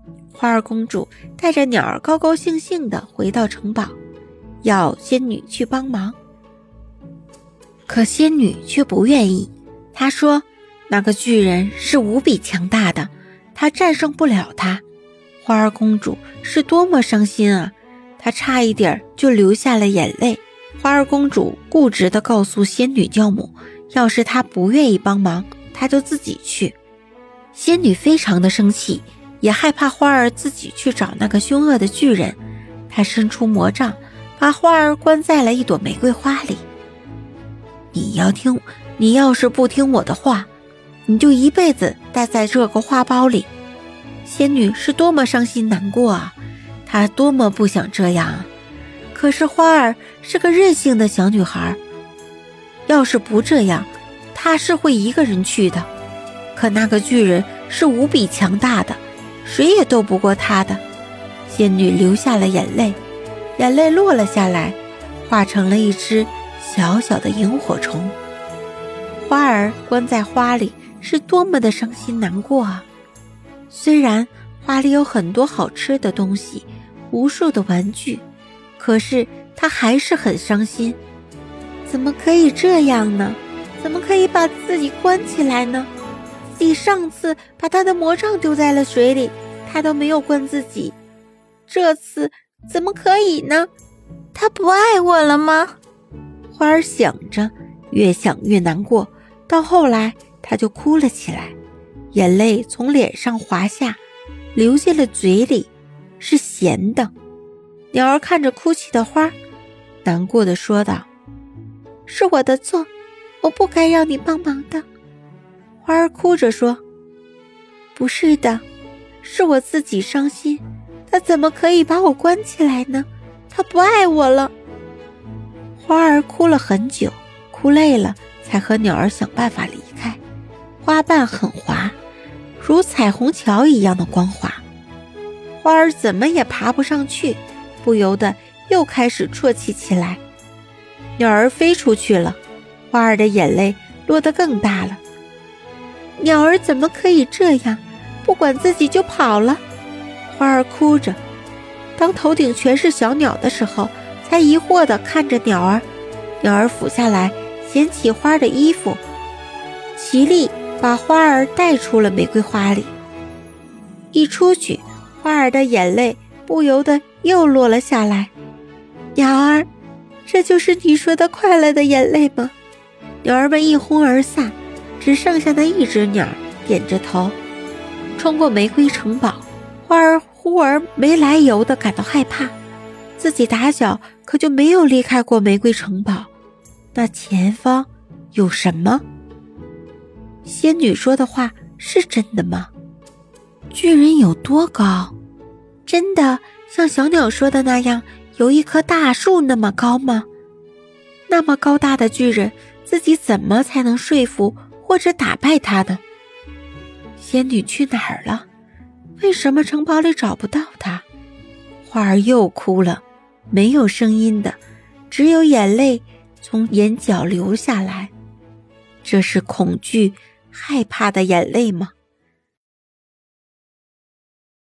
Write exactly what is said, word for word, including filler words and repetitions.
花儿公主带着鸟儿高高兴兴地回到城堡，要仙女去帮忙。可仙女却不愿意，她说那个巨人是无比强大的，她战胜不了他。花儿公主是多么伤心啊，她差一点就流下了眼泪。花儿公主固执地告诉仙女教母，要是她不愿意帮忙，她就自己去。仙女非常的生气，也害怕花儿自己去找那个凶恶的巨人，她伸出魔杖，把花儿关在了一朵玫瑰花里。你要听，你要是不听我的话，你就一辈子待在这个花苞里。仙女是多么伤心难过啊，她多么不想这样啊。可是花儿是个任性的小女孩，要是不这样，她是会一个人去的。可那个巨人是无比强大的，谁也斗不过他的。仙女流下了眼泪，眼泪落了下来，化成了一只小小的萤火虫。花儿关在花里是多么的伤心难过啊！虽然花里有很多好吃的东西，无数的玩具，可是她还是很伤心。怎么可以这样呢？怎么可以把自己关起来呢？自己上次把她的魔杖丢在了水里，她都没有关自己，这次怎么可以呢？她不爱我了吗？花儿想着，越想越难过，到后来她就哭了起来，眼泪从脸上滑下，流进了嘴里，是咸的。鸟儿看着哭泣的花，难过地说道：是我的错，我不该让你帮忙的。花儿哭着说：不是的，是我自己伤心，他怎么可以把我关起来呢？他不爱我了。花儿哭了很久，哭累了才和鸟儿想办法离开。花瓣很滑，如彩虹桥一样的光滑，花儿怎么也爬不上去，不由得又开始啜泣起来。鸟儿飞出去了，花儿的眼泪落得更大了。鸟儿怎么可以这样，不管自己就跑了？花儿哭着，当头顶全是小鸟的时候，才疑惑地看着鸟儿。鸟儿俯下来捡起花儿的衣服，齐力把花儿带出了玫瑰花里。一出去，花儿的眼泪不由得又落了下来。鸟儿，这就是你说的快乐的眼泪吗？鸟儿们一哄而散，只剩下那一只鸟点着头。冲过玫瑰城堡，花儿忽而没来由地感到害怕，自己打小可就没有离开过玫瑰城堡，那前方有什么？仙女说的话是真的吗？巨人有多高？真的像小鸟说的那样，有一棵大树那么高吗？那么高大的巨人，自己怎么才能说服或者打败他呢？仙女去哪儿了？为什么城堡里找不到她？花儿又哭了，没有声音的，只有眼泪从眼角流下来。这是恐惧、害怕的眼泪吗？